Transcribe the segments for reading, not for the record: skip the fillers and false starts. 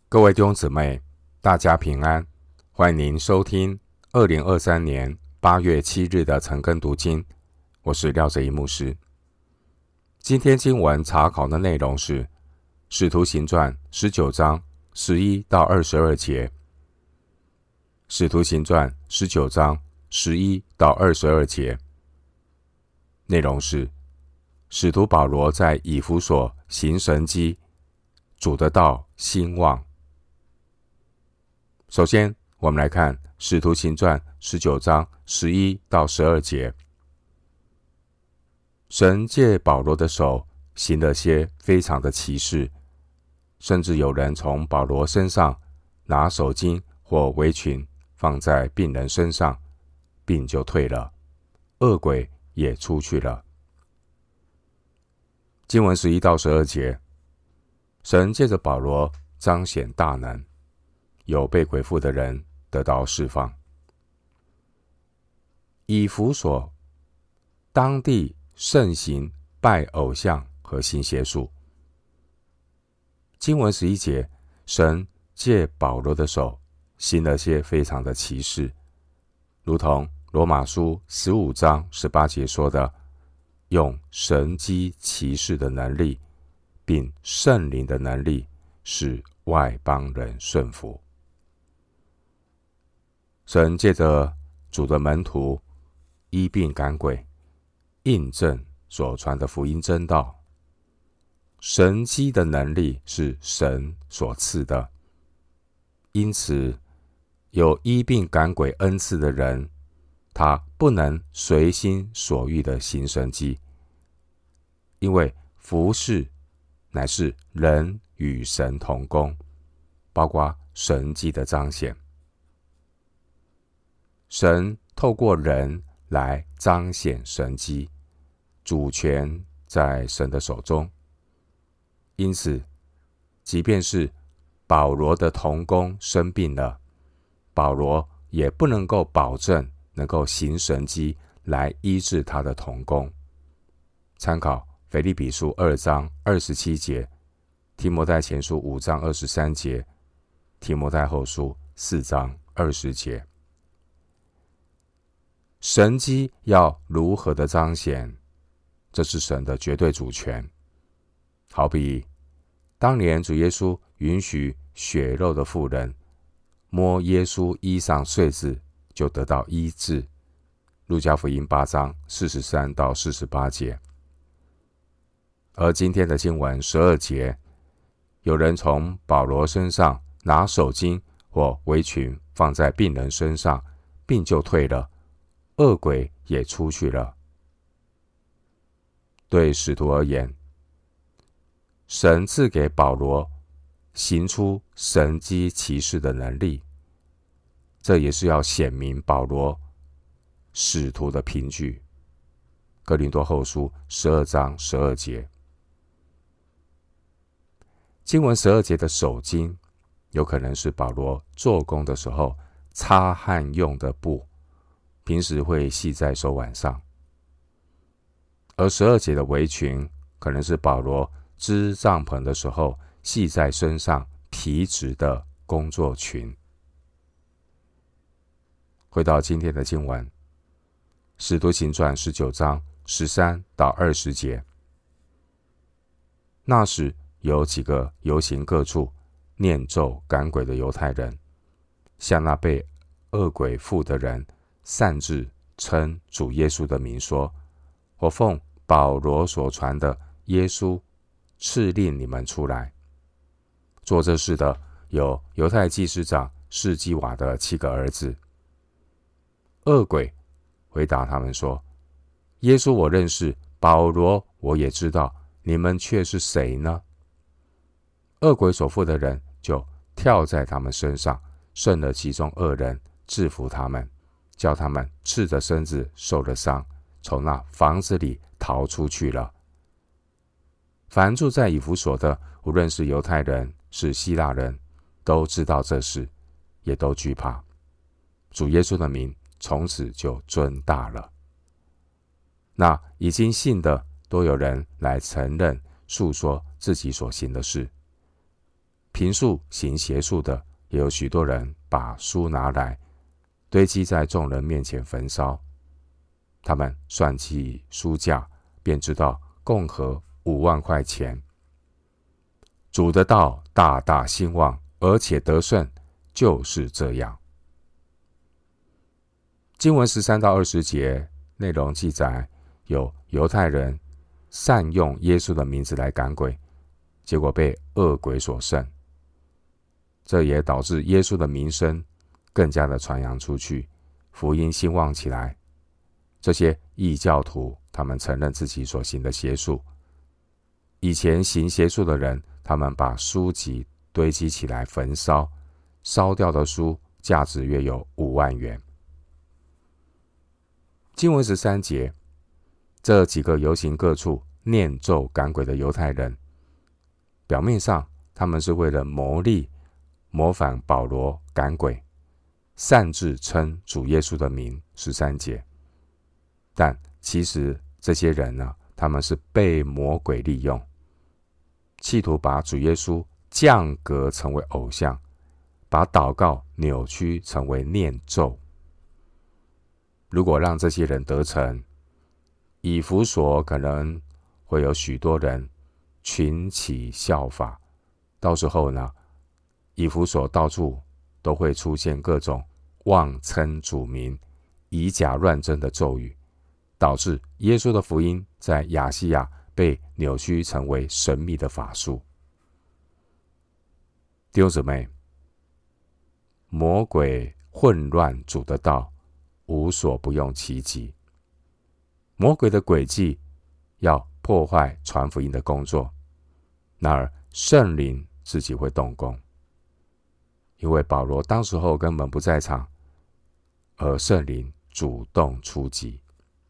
各位弟兄姊妹，大家平安，欢迎您收听2023年8月7日的晨更读经。我是廖哲一牧师。今天经文查考的内容是《使徒行传》19章11到22节。《使徒行传》19章11到22节内容是使徒保罗在以弗所行神迹，主的道兴旺。首先，我们来看《使徒行传》19章11到12节。神借保罗的手行了些非常的奇事，甚至有人从保罗身上拿手巾或围裙放在病人身上，病就退了，恶鬼也出去了。经文11到12节，神借着保罗彰显大能，有被鬼附的人得到释放。以弗所当地盛行拜偶像和行邪术。经文11节，神借保罗的手行了些非常的奇事，如同罗马书15章18节说的，用神机奇事的能力，并圣灵的能力，使外邦人顺服。神借着主的门徒医病赶鬼，印证所传的福音真道。神迹的能力是神所赐的，因此有医病赶鬼恩赐的人，他不能随心所欲的行神迹，因为服事乃是人与神同工，包括神迹的彰显。神透过人来彰显神迹，主权在神的手中。因此，即便是保罗的同工生病了，保罗也不能够保证能够行神迹来医治他的同工。参考腓立比书2章27节，提摩太前书5章23节，提摩太后书4章20节。神迹要如何的彰显，这是神的绝对主权。好比当年主耶稣允许血肉的妇人摸耶稣衣上穗子就得到医治，路加福音8章43到48节。而今天的经文12节，有人从保罗身上拿手巾或围裙放在病人身上，病就退了，恶鬼也出去了。对使徒而言，神赐给保罗行出神迹奇事的能力，这也是要显明保罗使徒的凭据。哥林多后书12章12节。经文12节的手巾，有可能是保罗做工的时候擦汗用的布，平时会系在手腕上。而12节的围裙，可能是保罗织帐篷的时候系在身上皮质的工作裙。回到今天的经文，使徒行传19章13到20节。那时有几个游行各处念咒赶鬼的犹太人，向那被恶鬼附的人擅自称主耶稣的名说，我奉保罗所传的耶稣敕令你们出来。做这事的有犹太祭司长士基瓦的7个儿子。恶鬼回答他们说，耶稣我认识，保罗我也知道，你们却是谁呢？恶鬼所附的人就跳在他们身上，胜了其中2人，制服他们，叫他们赤着身子受了伤，从那房子里逃出去了。凡住在以弗所的，无论是犹太人是希腊人，都知道这事，也都惧怕。主耶稣的名从此就尊大了。那已经信的，都有人来承认，述说自己所行的事。 平素行邪术的，也有许多人把书拿来堆积在众人面前焚烧。他们算起书价，便知道共合5万块钱。主的道大大兴旺，而且得胜，就是这样。经文13到20节内容记载，有犹太人善用耶稣的名字来赶鬼，结果被恶鬼所胜。这也导致耶稣的名声更加的传扬出去，福音兴旺起来。这些异教徒，他们承认自己所行的邪术。以前行邪术的人，他们把书籍堆积起来焚烧，烧掉的书价值约有5万元。经文13节，这几个游行各处念咒赶鬼的犹太人，表面上他们是为了牟利，模仿保罗赶鬼，擅自称主耶稣的名13节。但其实这些人呢，他们是被魔鬼利用，企图把主耶稣降格成为偶像，把祷告扭曲成为念咒。如果让这些人得逞，以弗所可能会有许多人群起效法，到时候呢，以弗所到处都会出现各种妄称主名、以假乱真的咒语，导致耶稣的福音在亚细亚被扭曲成为神秘的法术。弟兄姊妹，魔鬼混乱主的道，无所不用其极。魔鬼的诡计要破坏传福音的工作，然而圣灵自己会动工，因为保罗当时候根本不在场，而圣灵主动出击。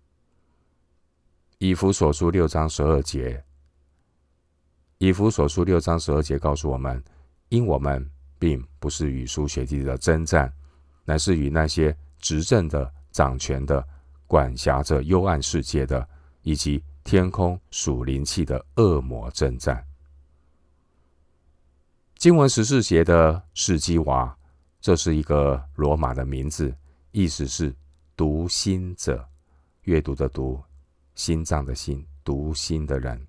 以弗所书6章12节，以弗所书6章12节告诉我们，因我们并不是与属血气的征战，乃是与那些执政的、掌权的、管辖着幽暗世界的，以及天空属灵气的恶魔征战。经文14节的士基瓦，这是一个罗马的名字，意思是读心者，阅读的读，心脏的心，读心的人。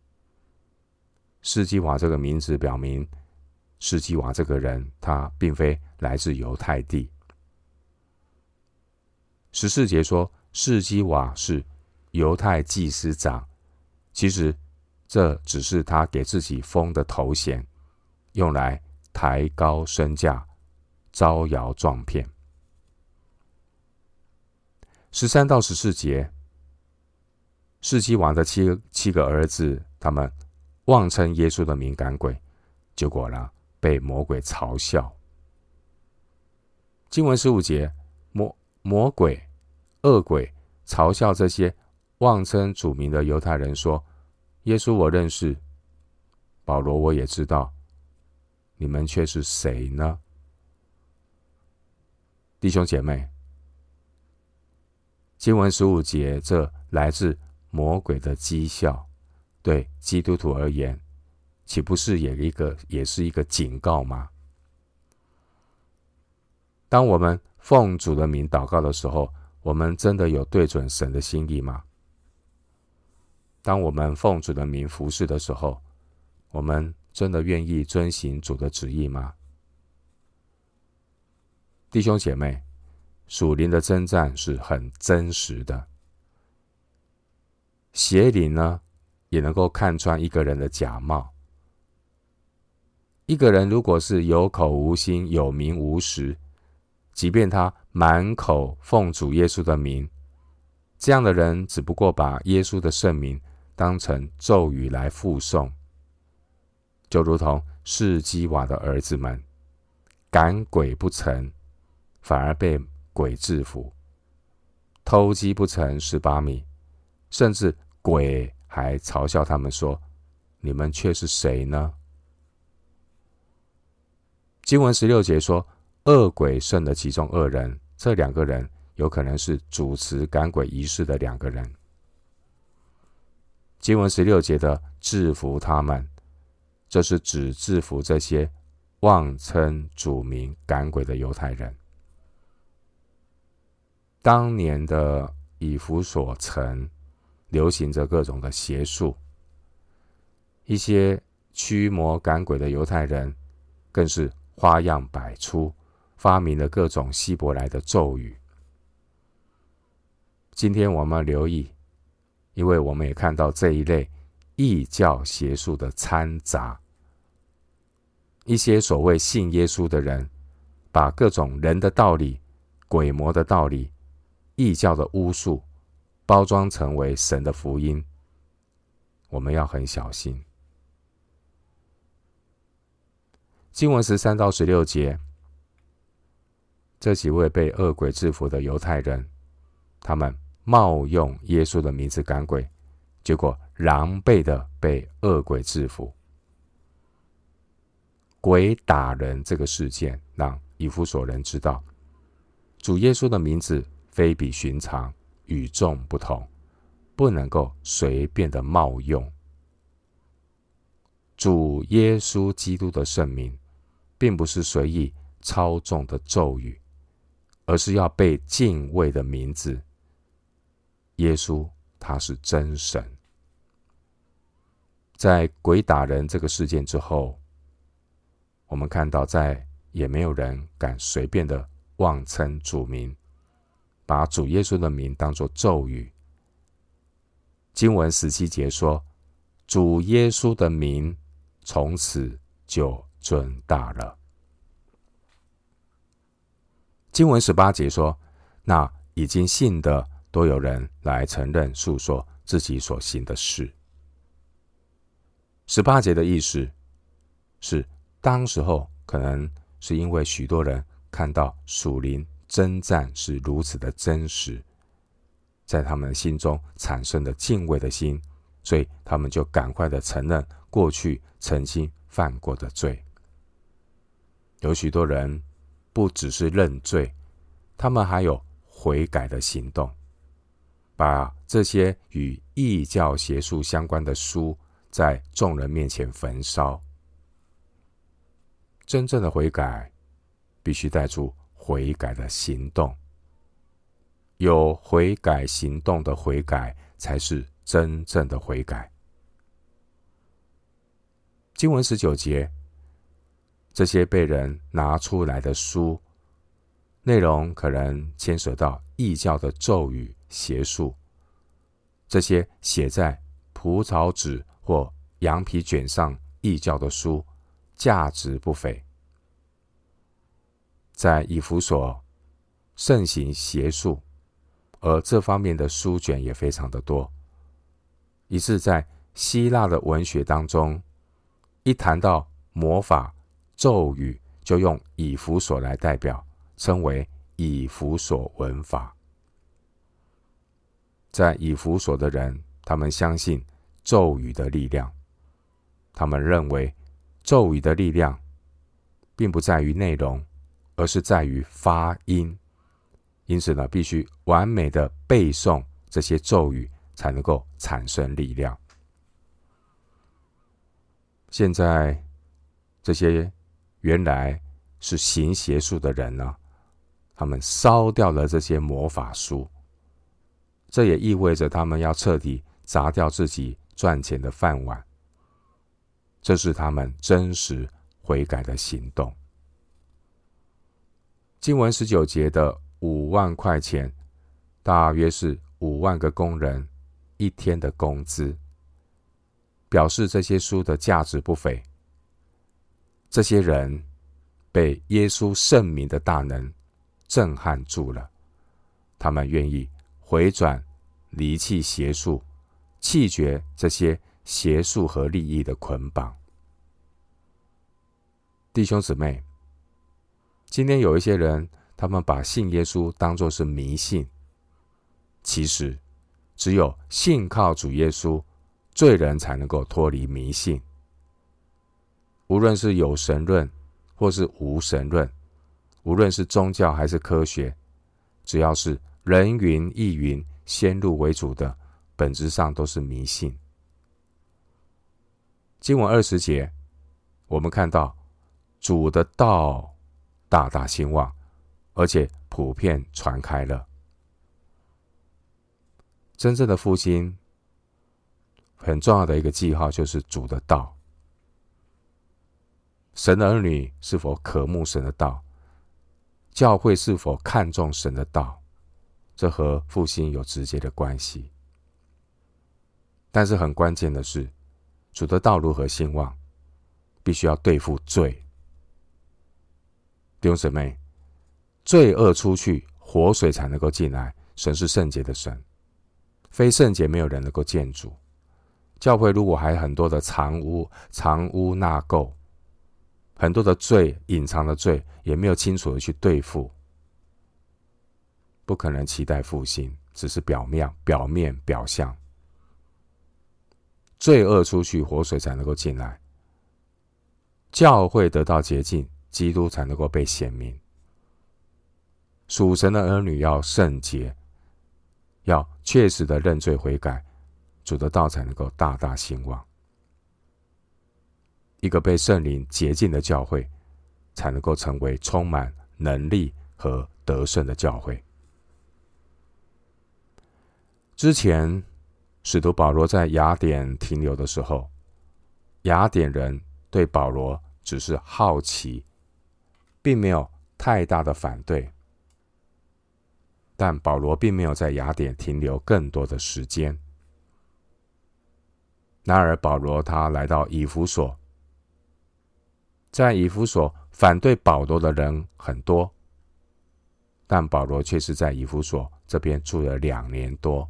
士基瓦这个名字表明，士基瓦这个人他并非来自犹太地。14节说士基瓦是犹太祭司长，其实这只是他给自己封的头衔，用来抬高身价，招摇撞骗。13到14节，士基瓦的七个儿子，他们妄称耶稣的名赶鬼，结果呢，被魔鬼嘲笑。经文15节，魔鬼、恶鬼嘲笑这些妄称主名的犹太人说：耶稣我认识，保罗我也知道，你们却是谁呢？弟兄姐妹，经文15节，这来自魔鬼的讥笑，对基督徒而言，岂不是也是一个警告吗？当我们奉主的名祷告的时候，我们真的有对准神的心意吗？当我们奉主的名服侍的时候，我们真的愿意遵行主的旨意吗？弟兄姐妹，属灵的征战是很真实的。邪灵呢，也能够看穿一个人的假冒。一个人如果是有口无心、有名无实，即便他满口奉主耶稣的名，这样的人只不过把耶稣的圣名当成咒语来附诵，就如同士基瓦的儿子们赶鬼不成，反而被鬼制服；偷鸡不成18米，甚至鬼还嘲笑他们说：你们却是谁呢？经文16节说，恶鬼胜了其中2人，这2个人有可能是主持赶鬼仪式的2个人。经文16节的制服他们，这是指制服这些妄称主名赶鬼的犹太人。当年的以弗所城流行着各种的邪术，一些驱魔赶鬼的犹太人更是花样百出，发明了各种希伯来的咒语。今天我们留意，因为我们也看到这一类异教邪术的掺杂。一些所谓信耶稣的人，把各种人的道理、鬼魔的道理、异教的巫术包装成为神的福音，我们要很小心。经文13到16节，这几位被恶鬼制服的犹太人，他们冒用耶稣的名字赶鬼，结果狼狈的被恶鬼制服。鬼打人这个事件让以弗所人知道，主耶稣的名字非比寻常，与众不同，不能够随便的冒用。主耶稣基督的圣名并不是随意操纵的咒语，而是要被敬畏的名字。耶稣他是真神。在鬼打人这个事件之后，我们看到再也没有人敢随便的妄称主名，把主耶稣的名当作咒语。经文17节说，主耶稣的名从此就尊大了。经文18节说，那已经信的都有人来承认述说自己所行的事。18节的意思是，当时候可能是因为许多人看到属灵征战是如此的真实，在他们心中产生了敬畏的心，所以他们就赶快的承认过去曾经犯过的罪。有许多人不只是认罪，他们还有悔改的行动，把这些与异教邪术相关的书在众人面前焚烧。真正的悔改必须带出悔改的行动，有悔改行动的悔改才是真正的悔改。经文19节，这些被人拿出来的书，内容可能牵涉到异教的咒语、邪术。这些写在蒲草纸或羊皮卷上异教的书，价值不菲。在以弗所盛行邪术，而这方面的书卷也非常的多，以致在希腊的文学当中，一谈到魔法咒语，就用以弗所来代表，称为以弗所文法。在以弗所的人，他们相信咒语的力量，他们认为咒语的力量并不在于内容，而是在于发音。因此呢，必须完美的背诵这些咒语，才能够产生力量。现在这些原来是行邪术的人呢，他们烧掉了这些魔法书，这也意味着他们要彻底砸掉自己赚钱的饭碗。这是他们真实悔改的行动。经文19节的5万块钱，大约是5万个工人一天的工资，表示这些书的价值不菲。这些人被耶稣圣名的大能震撼住了，他们愿意回转，离弃邪术，弃绝这些邪术和利益的捆绑。弟兄姊妹，今天有一些人，他们把信耶稣当作是迷信，其实只有信靠主耶稣，罪人才能够脱离迷信。无论是有神论或是无神论，无论是宗教还是科学，只要是人云亦云、先入为主的，本质上都是迷信。经文20节，我们看到主的道大大兴旺，而且普遍传开了。真正的复兴很重要的一个记号就是主的道。神的儿女是否渴慕神的道？教会是否看重神的道？这和复兴有直接的关系。但是很关键的是，主的道如何兴旺，必须要对付罪。弟兄姊妹，罪恶出去，活水才能够进来。神是圣洁的神，非圣洁没有人能够见主。教会如果还很多的藏污纳垢，很多的罪，隐藏的罪，也没有清楚的去对付，不可能期待复兴，只是表象。罪恶出去，活水才能够进来，教会得到洁净，基督才能够被显明。属神的儿女要圣洁，要确实的认罪悔改，主的道才能够大大兴旺。一个被圣灵洁净的教会，才能够成为充满能力和得胜的教会。之前使徒保罗在雅典停留的时候，雅典人对保罗只是好奇，并没有太大的反对。但保罗并没有在雅典停留更多的时间。然而保罗他来到以弗所，在以弗所反对保罗的人很多，但保罗却是在以弗所这边住了2年多。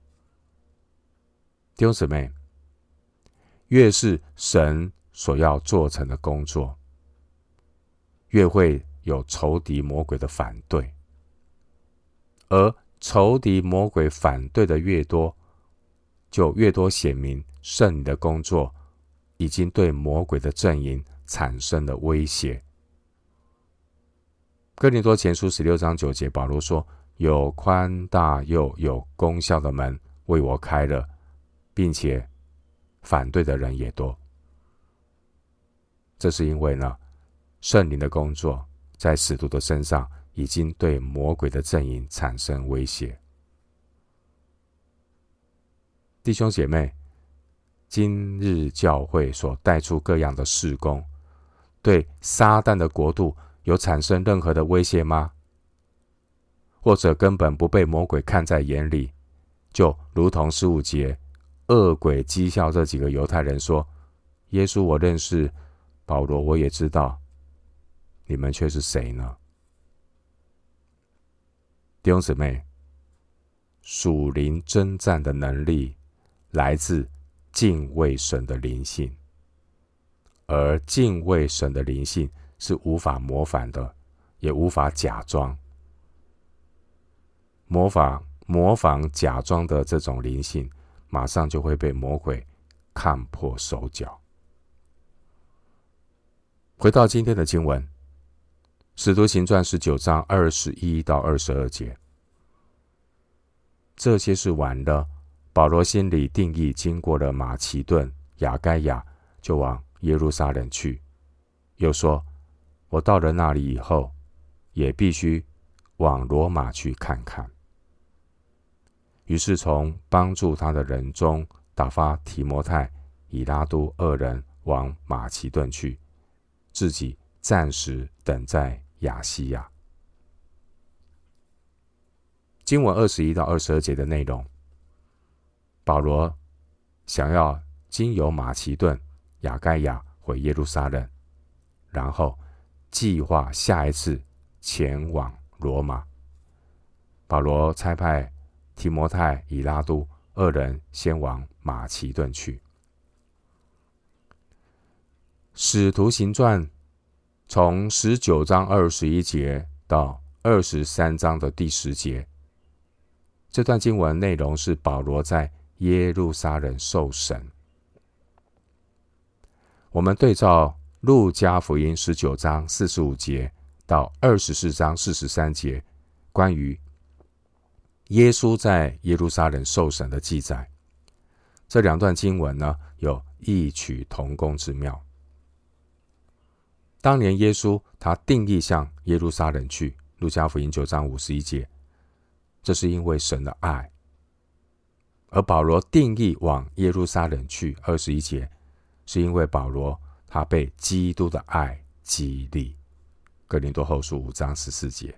弟兄姊妹，越是神所要做成的工作，越会有仇敌魔鬼的反对，而仇敌魔鬼反对的越多，就越多显明圣灵的工作已经对魔鬼的阵营产生了威胁。哥林多前书16章9节，保罗说：有宽大又有功效的门为我开了，并且反对的人也多。这是因为呢，圣灵的工作在使徒的身上已经对魔鬼的阵营产生威胁。弟兄姐妹，今日教会所带出各样的事工，对撒旦的国度有产生任何的威胁吗？或者根本不被魔鬼看在眼里，就如同15节恶鬼讥笑这几个犹太人说：耶稣我认识，保罗我也知道，你们却是谁呢？弟兄姊妹，属灵征战的能力来自敬畏神的灵性，而敬畏神的灵性是无法模仿的，也无法假装。模仿假装的这种灵性，马上就会被魔鬼看破手脚。回到今天的经文，使徒行传19章21到22节，这些事完了，保罗心里定义，经过了马其顿、亚该亚，就往耶路撒冷去。又说：我到了那里以后，也必须往罗马去看看。于是从帮助他的人中打发提摩太、以拉都2人往马其顿去，自己暂时等在亚细亚。经文21到22节的内容，保罗想要经由马其顿、亚该亚回耶路撒冷，然后计划下一次前往罗马。保罗差派提摩太、以拉都2人先往马其顿去。使徒行传从19章21节到23章的第10节，这段经文内容是保罗在耶路撒冷受审。我们对照路加福音19章45节到24章43节关于耶稣在耶路撒冷受审的记载，这2段经文呢，有异曲同工之妙。 当年耶稣他定义向耶路撒冷去，路加福音9章51节，这是因为神的爱。而保罗定义往耶路撒冷去21节，是因为保罗他被基督的爱激励。哥林多后书5章14节。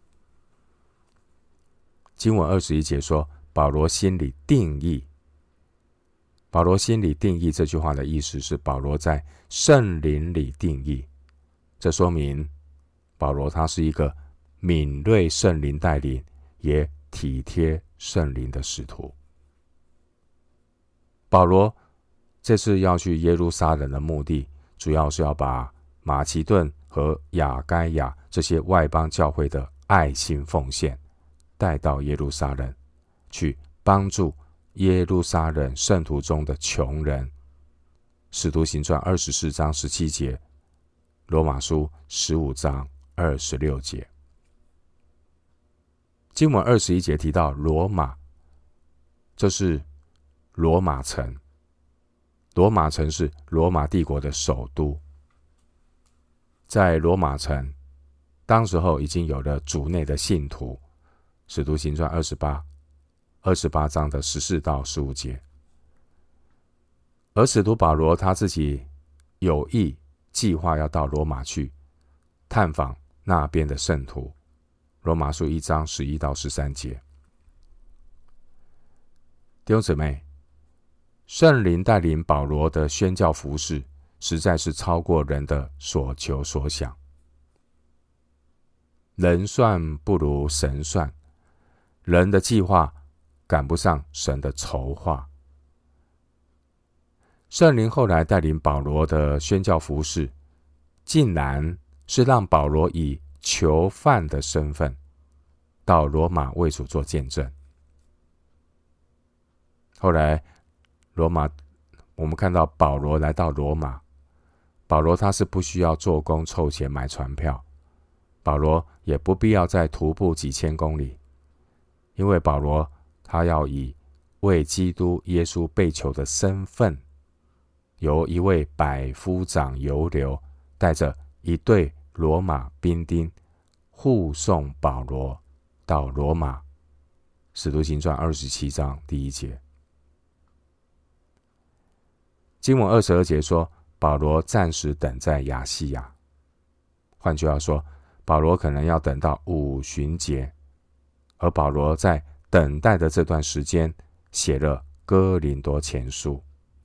经文21节说，保罗心里定义。保罗心里定义这句话的意思是保罗在圣灵里定义。这说明保罗他是一个敏锐圣灵带领，也体贴圣灵的使徒。保罗这次要去耶路撒冷的目的，主要是要把马其顿和亚该亚这些外邦教会的爱心奉献带到耶路撒冷，去帮助耶路撒冷圣徒中的穷人。使徒行传24章17节，罗马书15章26节。经文21节提到罗马，这是罗马城。罗马城是罗马帝国的首都。在罗马城，当时候已经有了主内的信徒。使徒行传28章的14到15节。而使徒保罗他自己有意计划要到罗马去探访那边的圣徒。罗马书1章11到13节。弟兄姊妹，圣灵带领保罗的宣教服事，实在是超过人的所求所想。人算不如神算，人的计划赶不上神的筹划。圣灵后来带领保罗的宣教服事，竟然是让保罗以囚犯的身份到罗马为主做见证。后来我们看到保罗来到罗马，保罗他是不需要做工凑钱买船票，保罗也不必要再徒步几千公里，因为保罗他要以为基督耶稣被囚的身份，由一位百夫长犹流带着一队罗马兵丁护送保罗到罗马。使徒行传27章第1节。经文22节说，保罗暂时等在亚细亚。换句话说，保罗可能要等到五旬节，而保罗在等待的这段时间写了哥林多前书。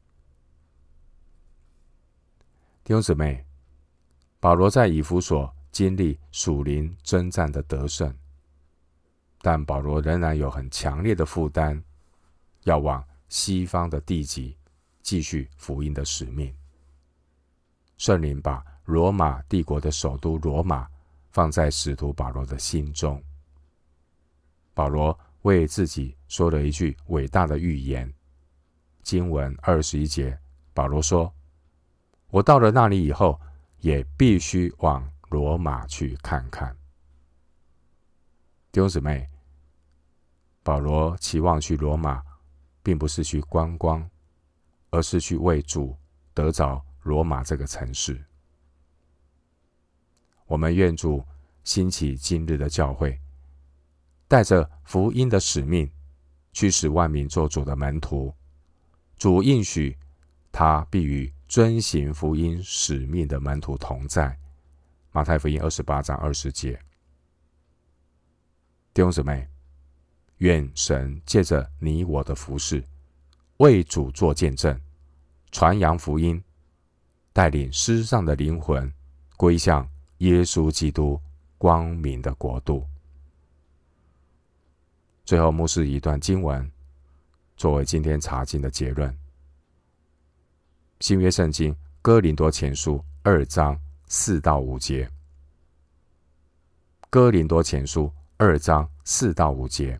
弟兄姊妹，保罗在以弗所经历属灵征战的得胜，但保罗仍然有很强烈的负担，要往西方的地极继续福音的使命。圣灵把罗马帝国的首都罗马放在使徒保罗的心中。保罗为自己说了一句伟大的预言。经文21节，保罗说，我到了那里以后，也必须往罗马去看看。弟兄姊妹，保罗期望去罗马，并不是去观光，而是去为主得着罗马这个城市。我们愿主兴起今日的教会，带着福音的使命，去使万民做主的门徒。主应许他必与遵行福音使命的门徒同在。马太福音28章20节。弟兄姊妹，愿神借着你我的服事，为主做见证，传扬福音，带领失丧的灵魂归向耶稣基督光明的国度。最后，牧师一段经文作为今天查经的结论。新约圣经哥林多前书2章4到5节。哥林多前书2章4到5节。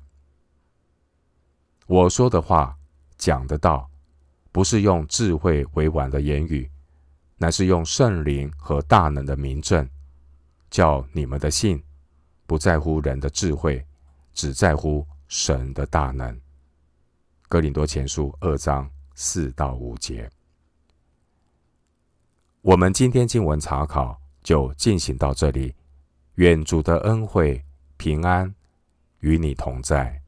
我说的话，讲的道，不是用智慧委婉的言语，乃是用圣灵和大能的明证，叫你们的信不在乎人的智慧，只在乎神的大能。哥林多前书2章4到5节。我们今天经文查考就进行到这里。愿主的恩惠平安与你同在。